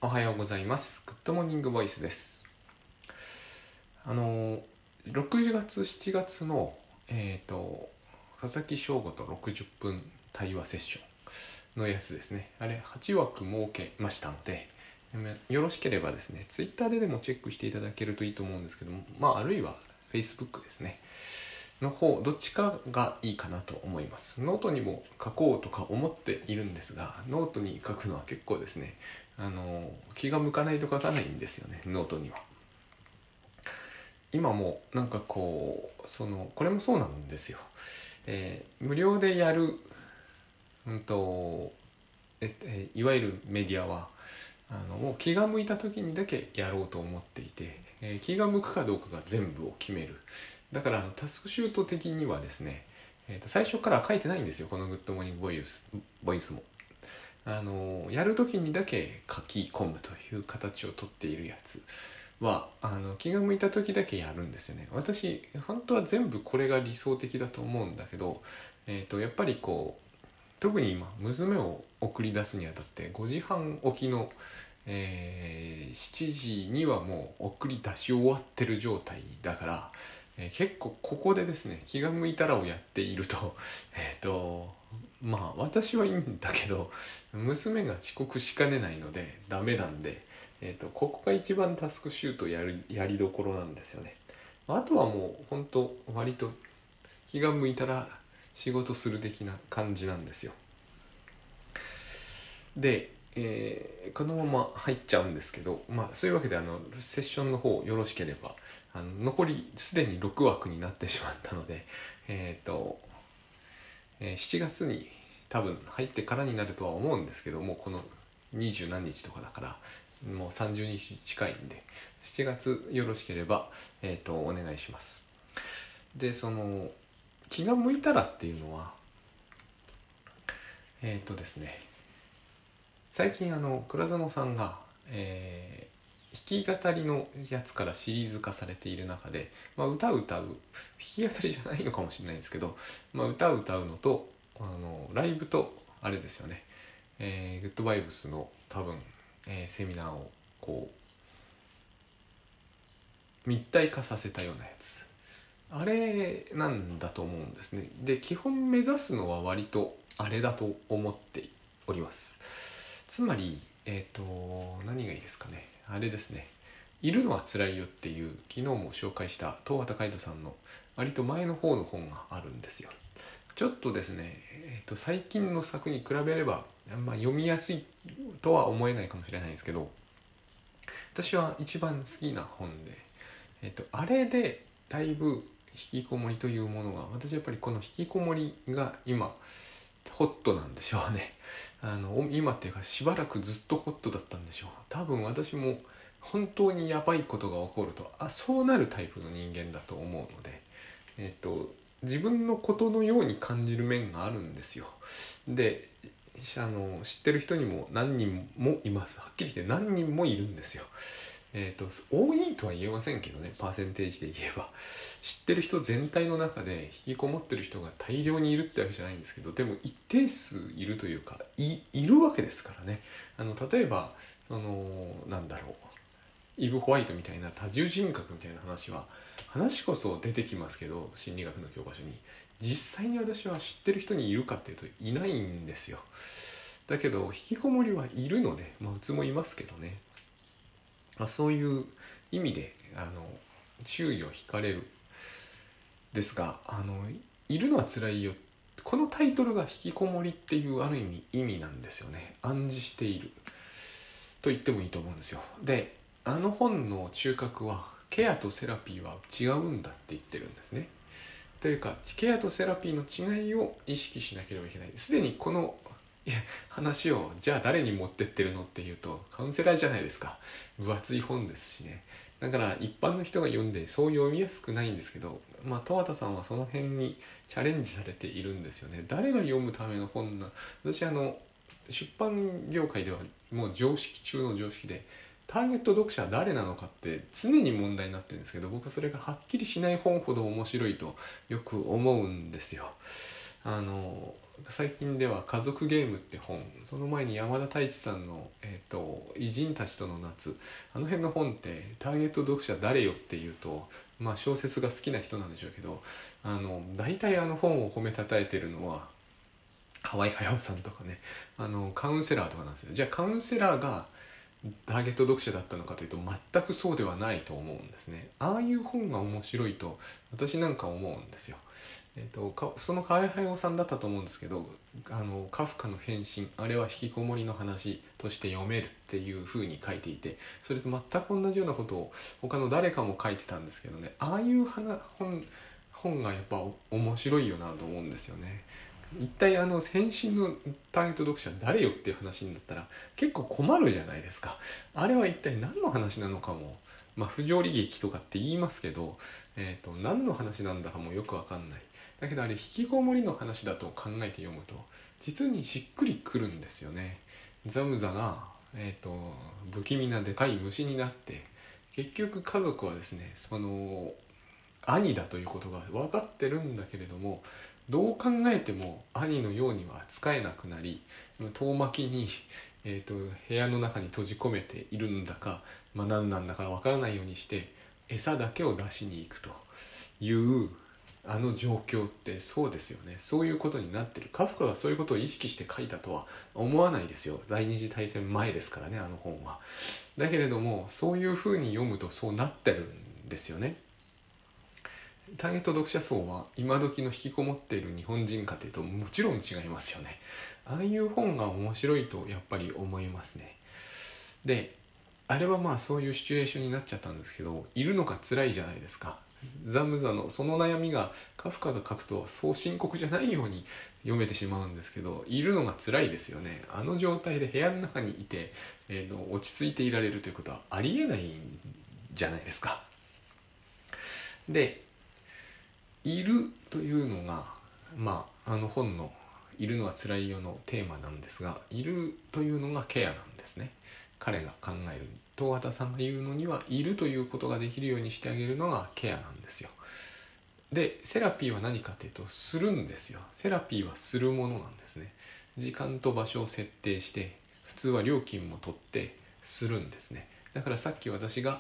おはようございます。グッドモーニングボイスです。6月7月の佐々木翔吾と60分対話セッションのやつですね。あれ8枠設けましたので、よろしければですね、ツイッターでもチェックしていただけるといいと思うんですけども、あるいは Facebook ですねの方、どっちかがいいかなと思います。ノートにも書こうとか思っているんですが、ノートに書くのは結構ですね、気が向かないと書かないんですよね、ノートには。今もなんかこれもそうなんですよ。無料でやる、いわゆるメディアはもう気が向いた時にだけやろうと思っていて、気が向くかどうかが全部を決める。だからタスクシュート的にはですね、最初から書いてないんですよ、このグッドモーニングボイスも。やる時にだけ書き込むという形をとっているやつは気が向いた時だけやるんですよね。私本当は全部これが理想的だと思うんだけど、やっぱり特に今娘を送り出すにあたって5時半起きの、7時にはもう送り出し終わってる状態だから、結構ここでですね、気が向いたらをやっていると私はいいんだけど娘が遅刻しかねないのでダメなんで、ここが一番タスクシュートやりどころなんですよね。あとはもう本当割と気が向いたら仕事する的な感じなんですよ。で、このまま入っちゃうんですけど、そういうわけでセッションの方よろしければ、残りすでに6枠になってしまったので、7月に多分入ってからになるとは思うんですけども、この20何日とかだからもう30日近いんで、7月よろしければ、お願いします。で、気が向いたらっていうのはですね、最近倉園さんが、弾き語りのやつからシリーズ化されている中で、歌う弾き語りじゃないのかもしれないんですけど、歌うのとライブとあれですよね、グッドバイブスの多分、セミナーを密体化させたようなやつ、あれなんだと思うんですね。で、基本目指すのは割とあれだと思っております。つまり何がいいですかね、あれですね、いるのは辛いよっていう昨日も紹介した東畑海人さんの割と前の方の本があるんですよ。ちょっとですね、最近の作に比べれば読みやすいとは思えないかもしれないですけど、私は一番好きな本で、あれでだいぶ引きこもりというものが、私やっぱりこの引きこもりが今ホットなんでしょうね。今っていうかしばらくずっとホットだったんでしょう。多分私も本当にやばいことが起こるとそうなるタイプの人間だと思うので、自分のことのように感じる面があるんですよ。で、知ってる人にも何人もいます。はっきり言って何人もいるんですよ。多いとは言えませんけどね、パーセンテージで言えば知ってる人全体の中で引きこもってる人が大量にいるってわけじゃないんですけど、でも一定数いるというか、いるわけですからね。例えばなんだろう、イブ・ホワイトみたいな多重人格みたいな話こそ出てきますけど、心理学の教科書に実際に私は知ってる人にいるかっていうといないんですよ。だけど引きこもりはいるので、うつもいますけどね、そういう意味で注意を惹かれるですが、いるのは辛いよ、このタイトルが引きこもりっていうある意味なんですよね。暗示していると言ってもいいと思うんですよ。で、本の中核はケアとセラピーは違うんだって言ってるんですね。というか、ケアとセラピーの違いを意識しなければいけない。すでにこの話をじゃあ誰に持ってってるのっていうとカウンセラーじゃないですか。分厚い本ですしね。だから一般の人が読んでそう読みやすくないんですけど、十和田さんはその辺にチャレンジされているんですよね。誰が読むための本な、私出版業界ではもう常識中の常識で、ターゲット読者は誰なのかって常に問題になってるんですけど、僕はそれがはっきりしない本ほど面白いとよく思うんですよ。 最近では「家族ゲーム」って本、その前に山田太一さんの「偉人たちとの夏」、あの辺の本ってターゲット読者誰よっていうと、小説が好きな人なんでしょうけど、大体あの本を褒めたたえてるのは河合隼さんとかね、カウンセラーとかなんですよ。じゃあカウンセラーがターゲット読者だったのかというと全くそうではないと思うんですね。ああいう本が面白いと私なんか思うんですよ。その河合隼さんだったと思うんですけど、カフカの変身、あれは引きこもりの話として読めるっていう風に書いていて、それと全く同じようなことを他の誰かも書いてたんですけどね、ああいう本がやっぱ面白いよなと思うんですよね。一体変身のターゲット読者誰よっていう話になったら結構困るじゃないですか。あれは一体何の話なのかも、不条理劇とかって言いますけど、何の話なんだかもよくわかんない。だけどあれ引きこもりの話だと考えて読むと実にしっくりくるんですよね。ザムザが、不気味なでかい虫になって、結局家族はですねその兄だということが分かってるんだけれども、どう考えても兄のようには扱えなくなり、遠巻きに、部屋の中に閉じ込めているんだか、何なんだか分からないようにして餌だけを出しに行くというあの状況って、そうですよね。そういうことになってる。カフカがそういうことを意識して書いたとは思わないですよ。第二次大戦前ですからね、あの本は。だけれどもそういうふうに読むとそうなってるんですよね。ターゲット読者層は今時の引きこもっている日本人かというともちろん違いますよね。ああいう本が面白いとやっぱり思いますね。で、あれはそういうシチュエーションになっちゃったんですけど、いるのが辛いじゃないですか。ザムザのその悩みがカフカが書くとそう深刻じゃないように読めてしまうんですけど、いるのが辛いですよね。あの状態で部屋の中にいて、落ち着いていられるということはありえないんじゃないですか。で、いるというのが、あの本のいるのは辛いよのテーマなんですが、いるというのがケアなんですね。彼が考える、東畑さんが言うのには、いるということができるようにしてあげるのがケアなんですよ。で、セラピーは何かというと、するんですよ。セラピーはするものなんですね。時間と場所を設定して、普通は料金も取ってするんですね。だからさっき私が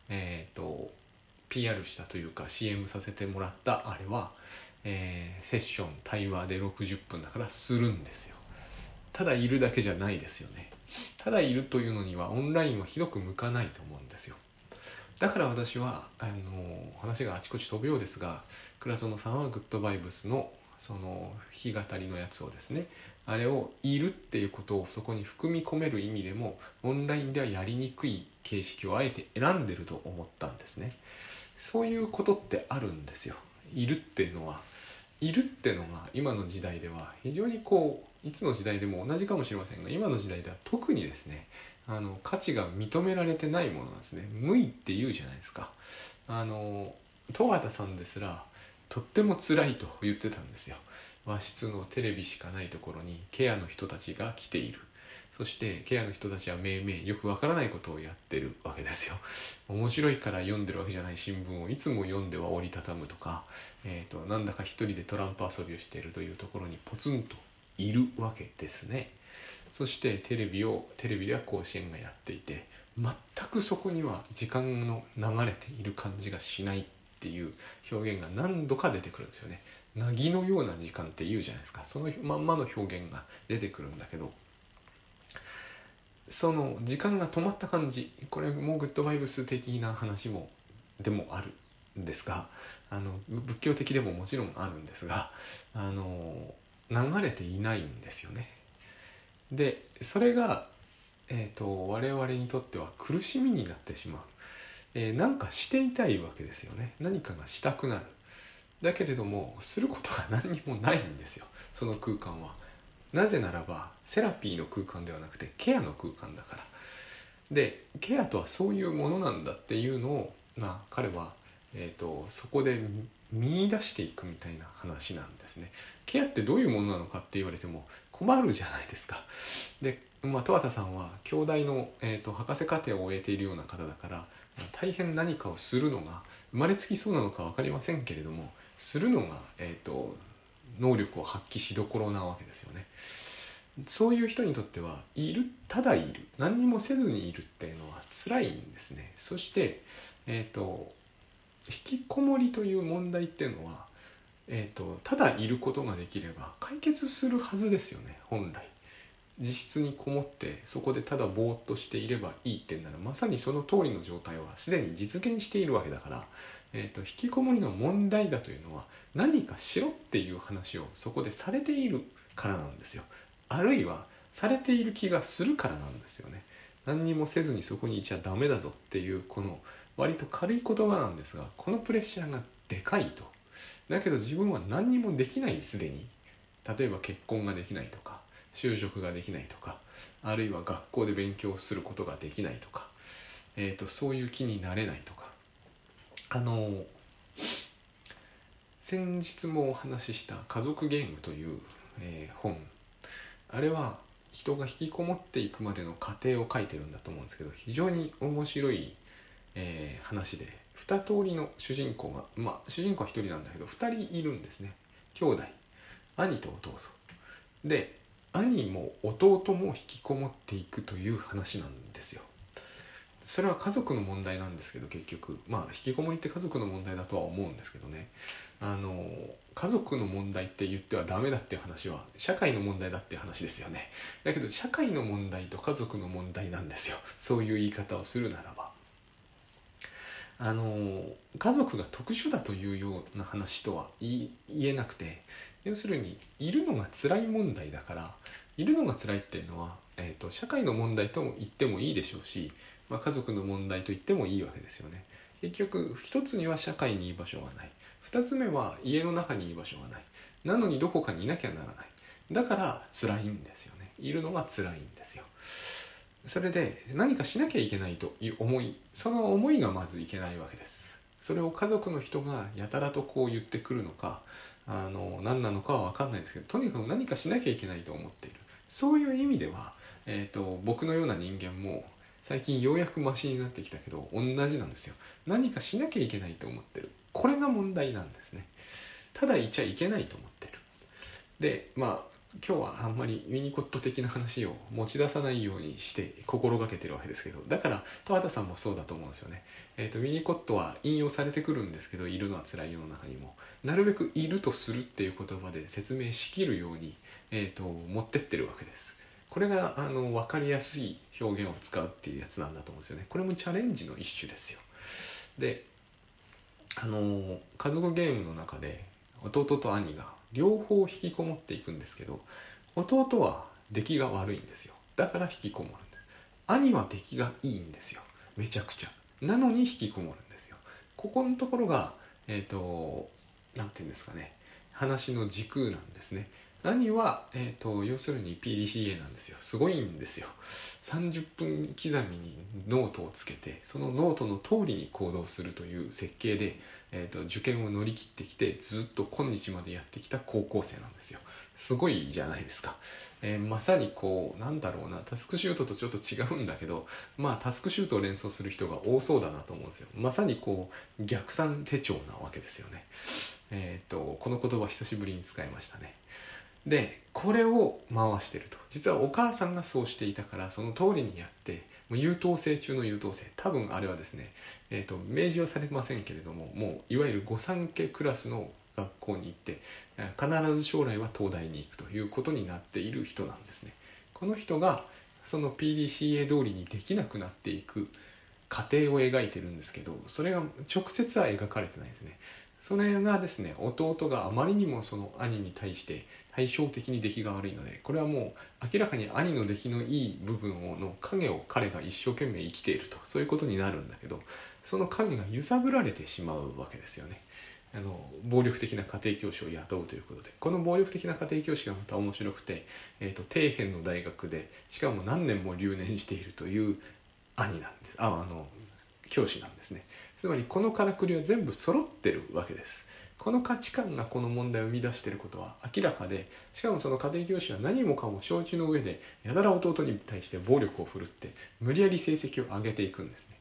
PR したというか CM させてもらったあれは、セッション対話で60分だからするんですよ。ただいるだけじゃないですよね。ただいるというのにはオンラインはひどく向かないと思うんですよ。だから私は話があちこち飛ぶようですが、倉園さんはグッドバイブスのその弾き語りのやつをですね、あれをいるっていうことをそこに含み込める意味でもオンラインではやりにくい形式をあえて選んでると思ったんですね。そういうことってあるんですよ。いるっていうのは、いるっていうのが今の時代では非常にいつの時代でも同じかもしれませんが、今の時代では特にですね、価値が認められてないものなんですね。無意って言うじゃないですか。戸畑さんですらとっても辛いと言ってたんですよ。和室のテレビしかないところにケアの人たちが来ている。そしてケアの人たちはめいめいよくわからないことをやってるわけですよ。面白いから読んでるわけじゃない新聞をいつも読んでは折りたたむとか、なんだか一人でトランプ遊びをしているというところにポツンといるわけですね。そしてテレビでは甲子園がやっていて、全くそこには時間の流れている感じがしないっていう表現が何度か出てくるんですよね。なぎのような時間って言うじゃないですか。そのまんまの表現が出てくるんだけど、その時間が止まった感じ、これもグッドバイブス的な話もでもあるんですが、仏教的でももちろんあるんですが、流れていないんですよね。でそれが、我々にとっては苦しみになってしまう、なんかしていたいわけですよね。何かがしたくなる。だけれどもすることが何にもないんですよ、その空間は。なぜならばセラピーの空間ではなくてケアの空間だから。でケアとはそういうものなんだっていうのを彼は、そこで見出していくみたいな話なんですね。ケアってどういうものなのかって言われても困るじゃないですか。で、戸畑さんは兄弟の、博士課程を終えているような方だから、大変何かをするのが生まれつきそうなのか分かりませんけれども、するのが、 能力を発揮しどころなわけですよね。そういう人にとってただいる、何にもせずにいるっていうのは辛いんですね。そして、引きこもりという問題っていうのは、ただいることができれば解決するはずですよね。本来自室にこもってそこでただぼーっとしていればいいってなら、まさにその通りの状態はすでに実現しているわけだから、引きこもりの問題だというのは何かしろっていう話をそこでされているからなんですよ。あるいはされている気がするからなんですよね。何にもせずにそこにいちゃダメだぞっていうこの割と軽い言葉なんですが、このプレッシャーがでかいと。だけど自分は何にもできない、すでに。例えば結婚ができないとか、就職ができないとか、あるいは学校で勉強することができないとか、そういう気になれないとか、先日もお話しした「家族ゲーム」という、本、あれは人が引きこもっていくまでの過程を書いてるんだと思うんですけど、非常に面白い、話で、2通りの主人公が、主人公は1人なんだけど2人いるんですね。兄弟、兄と弟で、兄も弟も引きこもっていくという話なんですよ。それは家族の問題なんですけど、結局引きこもりって家族の問題だとは思うんですけどね。家族の問題って言ってはダメだっていう話は社会の問題だっていう話ですよね。だけど社会の問題と家族の問題なんですよ、そういう言い方をするならば。家族が特殊だというような話とは言えなくて、要するにいるのが辛い問題だから、いるのが辛いっていうのは、社会の問題とも言ってもいいでしょうし、家族の問題と言ってもいいわけですよね。結局一つには社会に居場所がない、二つ目は家の中に居場所がない、なのにどこかにいなきゃならない、だから辛いんですよね。いるのが辛いんですよ。それで何かしなきゃいけないという思い、その思いがまずいけないわけです。それを家族の人がやたらとこう言ってくるのか、何なのかは分かんないですけど、とにかく何かしなきゃいけないと思っている。そういう意味では、僕のような人間も最近ようやくマシになってきたけど同じなんですよ。何かしなきゃいけないと思ってる。これが問題なんですね。ただいちゃいけないと思ってる。で、今日はあんまりウィニコット的な話を持ち出さないようにして心がけてるわけですけど、だから十畑さんもそうだと思うんですよね。ウィニコットは引用されてくるんですけど、いるのは辛い世の中にもなるべくいるとするっていう言葉で説明しきるように、持ってってるわけです。これが分かりやすい表現を使うっていうやつなんだと思うんですよね。これもチャレンジの一種ですよ。で、家族ゲームの中で弟と兄が両方引きこもっていくんですけど、弟は出来が悪いんですよ。だから引きこもるんです。兄は出来がいいんですよ、めちゃくちゃ。なのに引きこもるんですよ。ここのところがなんていうんですかね、話の軸なんですね。兄は、要するに PDCA なんですよ。すごいんですよ。30分刻みにノートをつけて、そのノートの通りに行動するという設計で、受験を乗り切ってきてずっと今日までやってきた高校生なんですよ。すごいじゃないですか。まさにタスクシュートとちょっと違うんだけど、タスクシュートを連想する人が多そうだなと思うんですよ。まさに逆算手帳なわけですよね。この言葉久しぶりに使いましたね。でこれを回してると、実はお母さんがそうしていたからその通りにやって、もう優等生中の優等生、多分あれはですね、明示はされませんけれども、もういわゆる御三家クラスの学校に行って必ず将来は東大に行くということになっている人なんですね。この人がその PDCA 通りにできなくなっていく過程を描いてるんですけど、それが直接は描かれてないですね。それがですね、弟があまりにもその兄に対して対照的に出来が悪いので、これはもう明らかに兄の出来のいい部分の影を彼が一生懸命生きていると、そういうことになるんだけど、その影が揺さぶられてしまうわけですよね。暴力的な家庭教師を雇うということで、この暴力的な家庭教師がまた面白くて、底辺の大学でしかも何年も留年しているという兄なんです。教師なんですね。つまりこのからくりは全部揃ってるわけです。この価値観がこの問題を生み出していることは明らかで、しかもその家庭教師は何もかも承知の上でやたら弟に対して暴力を振るって無理やり成績を上げていくんですね。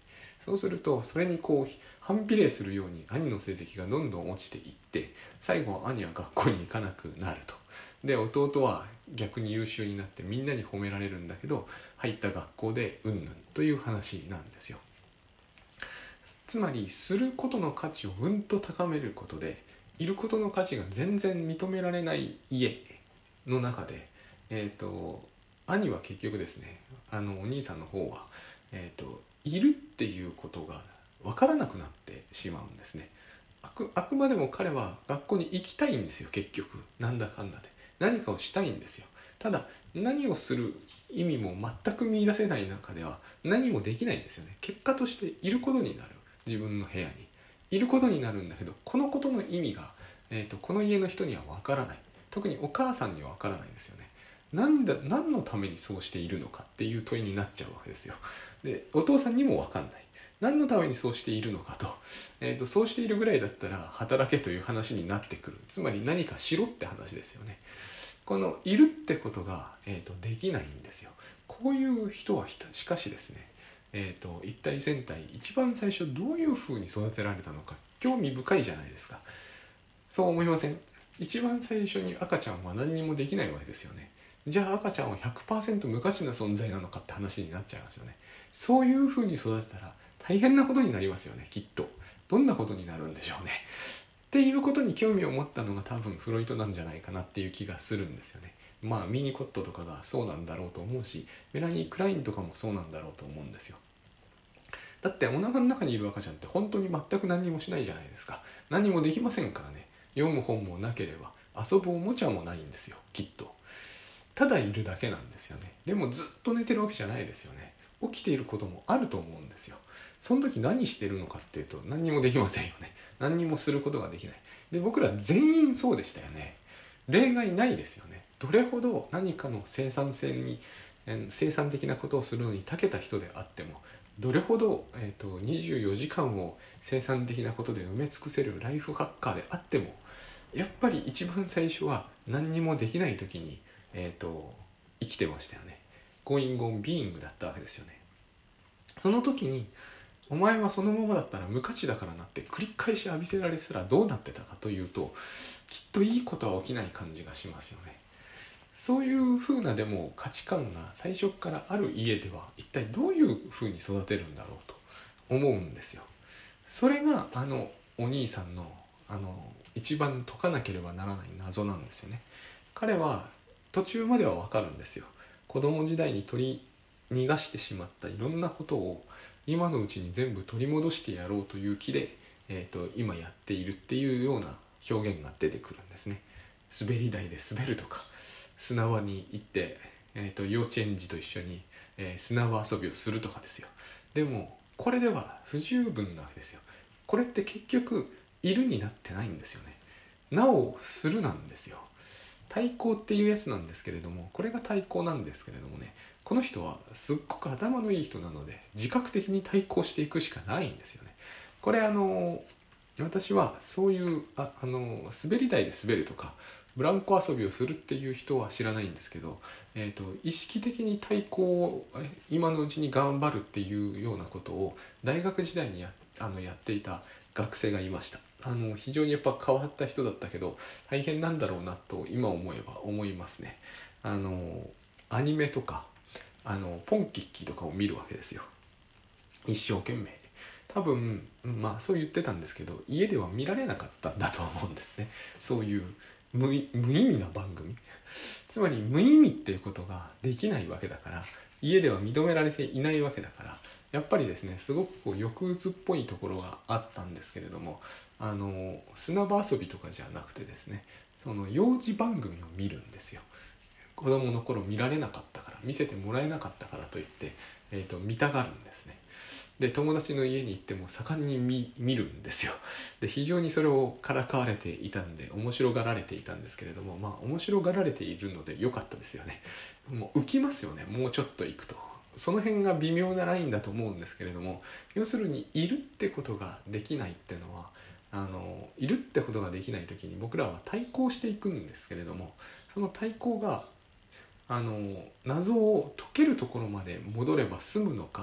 そうするとそれにこう反比例するように兄の成績がどんどん落ちていって、最後は兄は学校に行かなくなると。で弟は逆に優秀になってみんなに褒められるんだけど、入った学校でうんぬんという話なんですよ。つまりすることの価値をうんと高めることで、いることの価値が全然認められない家の中で、兄は結局ですね、お兄さんの方は、いるっていうことが分からなくなってしまうんですね。あくまでも彼は学校に行きたいんですよ。結局なんだかんだで何かをしたいんですよ。ただ何をする意味も全く見出せない中では何もできないんですよね。結果としていることになる、自分の部屋にいることになるんだけど、このことの意味が、この家の人には分からない。特にお母さんには分からないんですよね。何のためにそうしているのかっていう問いになっちゃうわけですよ。でお父さんにも分かんない、何のためにそうしているのかと、そうしているぐらいだったら働けという話になってくる。つまり何かしろって話ですよね。このいるってことが、できないんですよ。こういう人はしかしですね、一体全体一番最初どういうふうに育てられたのか興味深いじゃないですか。そう思いません？一番最初に赤ちゃんは何にもできないわけですよね。じゃあ赤ちゃんは 100% 無価値な存在なのかって話になっちゃいますよね。そういうふうに育てたら大変なことになりますよね、きっと。どんなことになるんでしょうね。っていうことに興味を持ったのが多分フロイトなんじゃないかなっていう気がするんですよね。まあミニコットとかがそうなんだろうと思うし、メラニー・クラインとかもそうなんだろうと思うんですよ。だってお腹の中にいる赤ちゃんって本当に全く何もしないじゃないですか。何もできませんからね。読む本もなければ遊ぶおもちゃもないんですよ、きっと。ただいるだけなんですよね。でもずっと寝てるわけじゃないですよね。起きていることもあると思うんですよ。その時何してるのかっていうと何にもできませんよね。何にもすることができない。で僕ら全員そうでしたよね。例外ないですよね。どれほど何かの生産的なことをするのに長けた人であっても、どれほど、24時間を生産的なことで埋め尽くせるライフハッカーであっても、やっぱり一番最初は何にもできない時に、生きてましたよね。Going on being だったわけですよね。その時にお前はそのままだったら無価値だからなって繰り返し浴びせられてたらどうなってたかというと、きっといいことは起きない感じがしますよね。そういう風なでも価値観が最初からある家では一体どういう風に育てるんだろうと思うんですよ。それがお兄さんの一番解かなければならない謎なんですよね。彼は途中までは分かるんですよ。子供時代に取り逃がしてしまったいろんなことを今のうちに全部取り戻してやろうという気で、今やっているっていうような表現が出てくるんですね。滑り台で滑るとか、砂場に行って、幼稚園児と一緒に、砂場遊びをするとかですよ。でもこれでは不十分なわけですよ。これって結局いるになってないんですよね。なおするなんですよ。対抗っていうやつなんですけれども、これが対抗なんですけれどもね、この人はすっごく頭のいい人なので自覚的に対抗していくしかないんですよね。これ私はそういう滑り台で滑るとかブランコ遊びをするっていう人は知らないんですけど、意識的に対抗を今のうちに頑張るっていうようなことを大学時代にやっていた学生がいました。非常にやっぱ変わった人だったけど大変なんだろうなと今思えば思いますね。アニメとかポンキッキとかを見るわけですよ、一生懸命。多分まあそう言ってたんですけど家では見られなかったんだと思うんですね。そういう無意味な番組、つまり無意味っていうことができないわけだから、家では認められていないわけだから、やっぱりですねすごくこう抑うつっぽいところがあったんですけれども、砂場遊びとかじゃなくてですね、その幼児番組を見るんですよ。子供の頃見られなかったから、見せてもらえなかったからといって、見たがるんですね。で友達の家に行っても盛んに見るんですよ。で非常にそれをからかわれていたんで面白がられていたんですけれども、まあ面白がられているので良かったですよね。もう浮きますよね、もうちょっと行くと。その辺が微妙なラインだと思うんですけれども、要するにいるってことができないっていうのはいるってことができない時に僕らは対抗していくんですけれども、その対抗が謎を解けるところまで戻れば済むのか、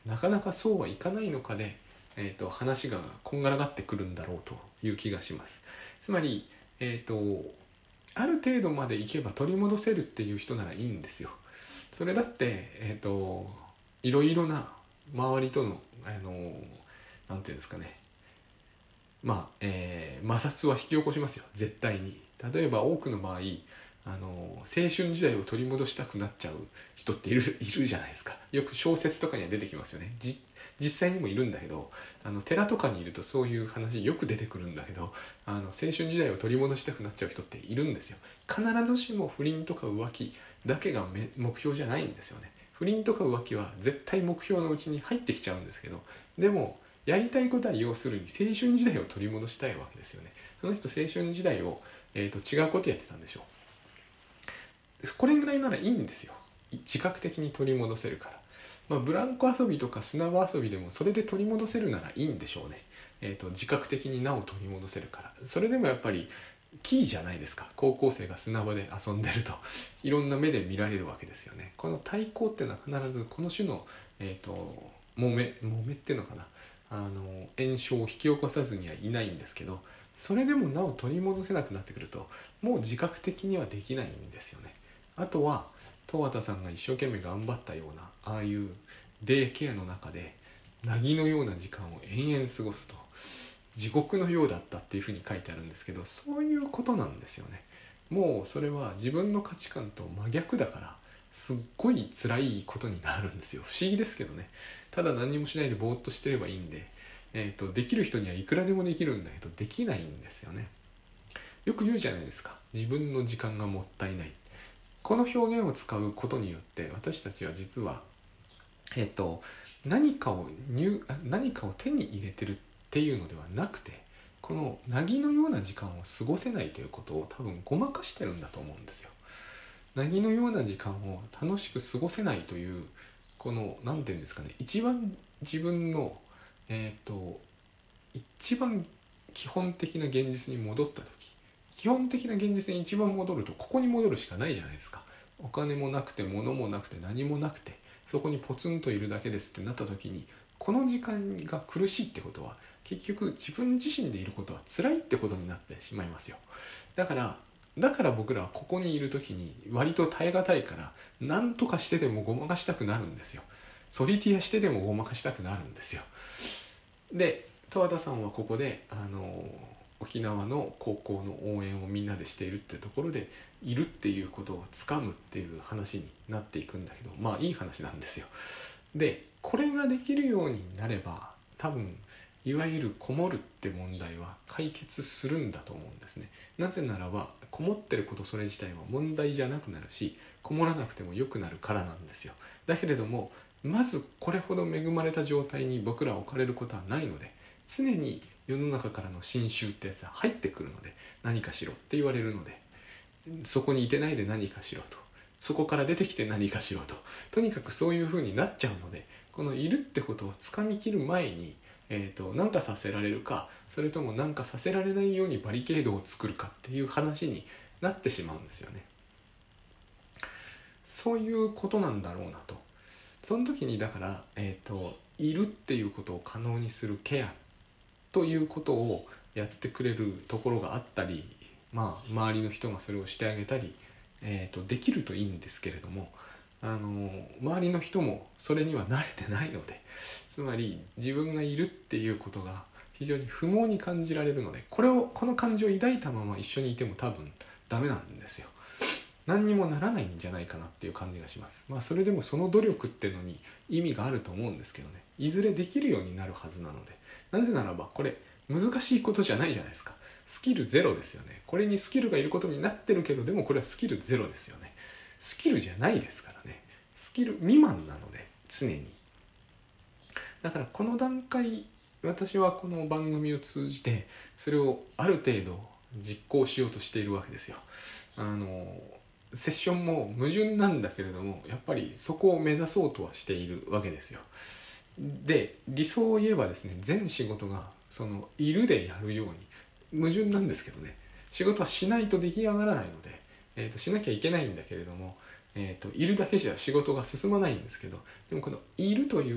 なかなかそうはいかないのかで、話がこんがらがってくるんだろうという気がします。つまり、ある程度までいけば取り戻せるっていう人ならいいんですよ。それだって、いろいろな周りとの、なんていうんですかね、摩擦は引き起こしますよ、絶対に。例えば多くの場合、青春時代を取り戻したくなっちゃう人っているじゃないですか。よく小説とかには出てきますよね。実際にもいるんだけど、寺とかにいるとそういう話よく出てくるんだけど、青春時代を取り戻したくなっちゃう人っているんですよ。必ずしも不倫とか浮気だけが目標じゃないんですよね。不倫とか浮気は絶対目標のうちに入ってきちゃうんですけど、でもやりたいことは要するに青春時代を取り戻したいわけですよね。その人青春時代を、違うことやってたんでしょう。これぐらいならいいんですよ、自覚的に取り戻せるから。ブランコ遊びとか砂場遊びでもそれで取り戻せるならいいんでしょうね。自覚的になお取り戻せるから。それでもやっぱりキーじゃないですか。高校生が砂場で遊んでるといろんな目で見られるわけですよね。この対抗っていうのは必ずこの種の、揉めっていうのかな、炎症を引き起こさずにはいないんですけど、それでもなお取り戻せなくなってくるともう自覚的にはできないんですよね。あとは十和田さんが一生懸命頑張ったようなああいうデイケアの中で凪のような時間を延々過ごすと地獄のようだったっていうふうに書いてあるんですけど、そういうことなんですよね。もうそれは自分の価値観と真逆だからすっごい辛いことになるんですよ。不思議ですけどね。ただ何もしないでぼーっとしてればいいんで、できる人にはいくらでもできるんだけどできないんですよね。よく言うじゃないですか、自分の時間がもったいない。この表現を使うことによって私たちは実は、何かを手に入れてるっていうのではなくて、この凪のような時間を過ごせないということを多分ごまかしてるんだと思うんですよ。凪のような時間を楽しく過ごせないという、この何て言うんですかね、一番自分の一番基本的な現実に戻った時、基本的な現実に一番戻るとここに戻るしかないじゃないですか。お金もなくて物もなくて何もなくてそこにポツンといるだけですってなった時に、この時間が苦しいってことは結局自分自身でいることは辛いってことになってしまいますよ。だから僕らはここにいる時に割と耐え難いから何とかしてでもごまかしたくなるんですよ。ソリティアしてでもごまかしたくなるんですよ。で十和田さんはここで沖縄の高校の応援をみんなでしているっていうところでいるっていうことをつかむっていう話になっていくんだけど、まあいい話なんですよ。でこれができるようになれば多分いわゆるこもるって問題は解決するんだと思うんですね。なぜならばこもってることそれ自体は問題じゃなくなるし、こもらなくても良くなるからなんですよ。だけれどもまずこれほど恵まれた状態に僕らは置かれることはないので、常に世の中からの侵襲ってやつは入ってくるので、何かしろって言われるので、そこにいてないで何かしろと、そこから出てきて何かしろと、とにかくそういう風になっちゃうので、このいるってことをつかみきる前に何かさせられるか、それとも何かさせられないようにバリケードを作るかっていう話になってしまうんですよね。そういうことなんだろうなと。その時にだから、いるっていうことを可能にするケアということをやってくれるところがあったり、周りの人がそれをしてあげたり、できるといいんですけれども、周りの人もそれには慣れてないので、つまり自分がいるっていうことが非常に不毛に感じられるので、この感情を抱いたまま一緒にいても多分ダメなんですよ。何にもならないんじゃないかなっていう感じがします。それでもその努力っていうのに意味があると思うんですけどね、いずれできるようになるはずなので。なぜならばこれ難しいことじゃないじゃないですか。スキルゼロですよね。これにスキルがいることになってるけど、でもこれはスキルゼロですよね。スキルじゃないですからね。スキル未満なので、常に。だからこの段階、私はこの番組を通じてそれをある程度実行しようとしているわけですよ。セッションも矛盾なんだけれども、やっぱりそこを目指そうとはしているわけですよ。で理想を言えばですね、全仕事がそのいるでやるように、矛盾なんですけどね、仕事はしないと出来上がらないので、しなきゃいけないんだけれども、いるだけじゃ仕事が進まないんですけど、でもこのいるという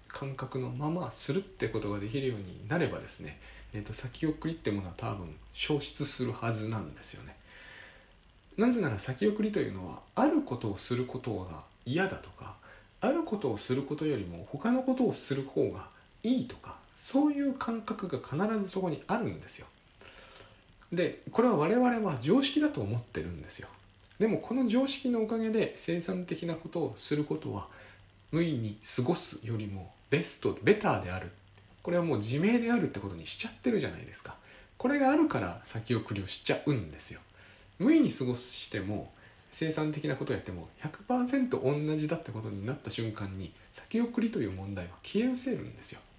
感覚のままするってことができるようになればですね、先送りってものは多分消失するはずなんですよね。なぜなら先送りというのはあることをすることが嫌だとか、あることをすることよりも他のことをする方がいいとか、そういう感覚が必ずそこにあるんですよ。でこれは我々は常識だと思ってるんですよ。でもこの常識のおかげで生産的なことをすることは無意に過ごすよりもベターである。これはもう自明であるってことにしちゃってるじゃないですか。これがあるから先送りをしちゃうんですよ。無意に過ごしても生産的なことをやっても 100% 同じだってことになった瞬間に先送りという問題は消え失せるんですよ。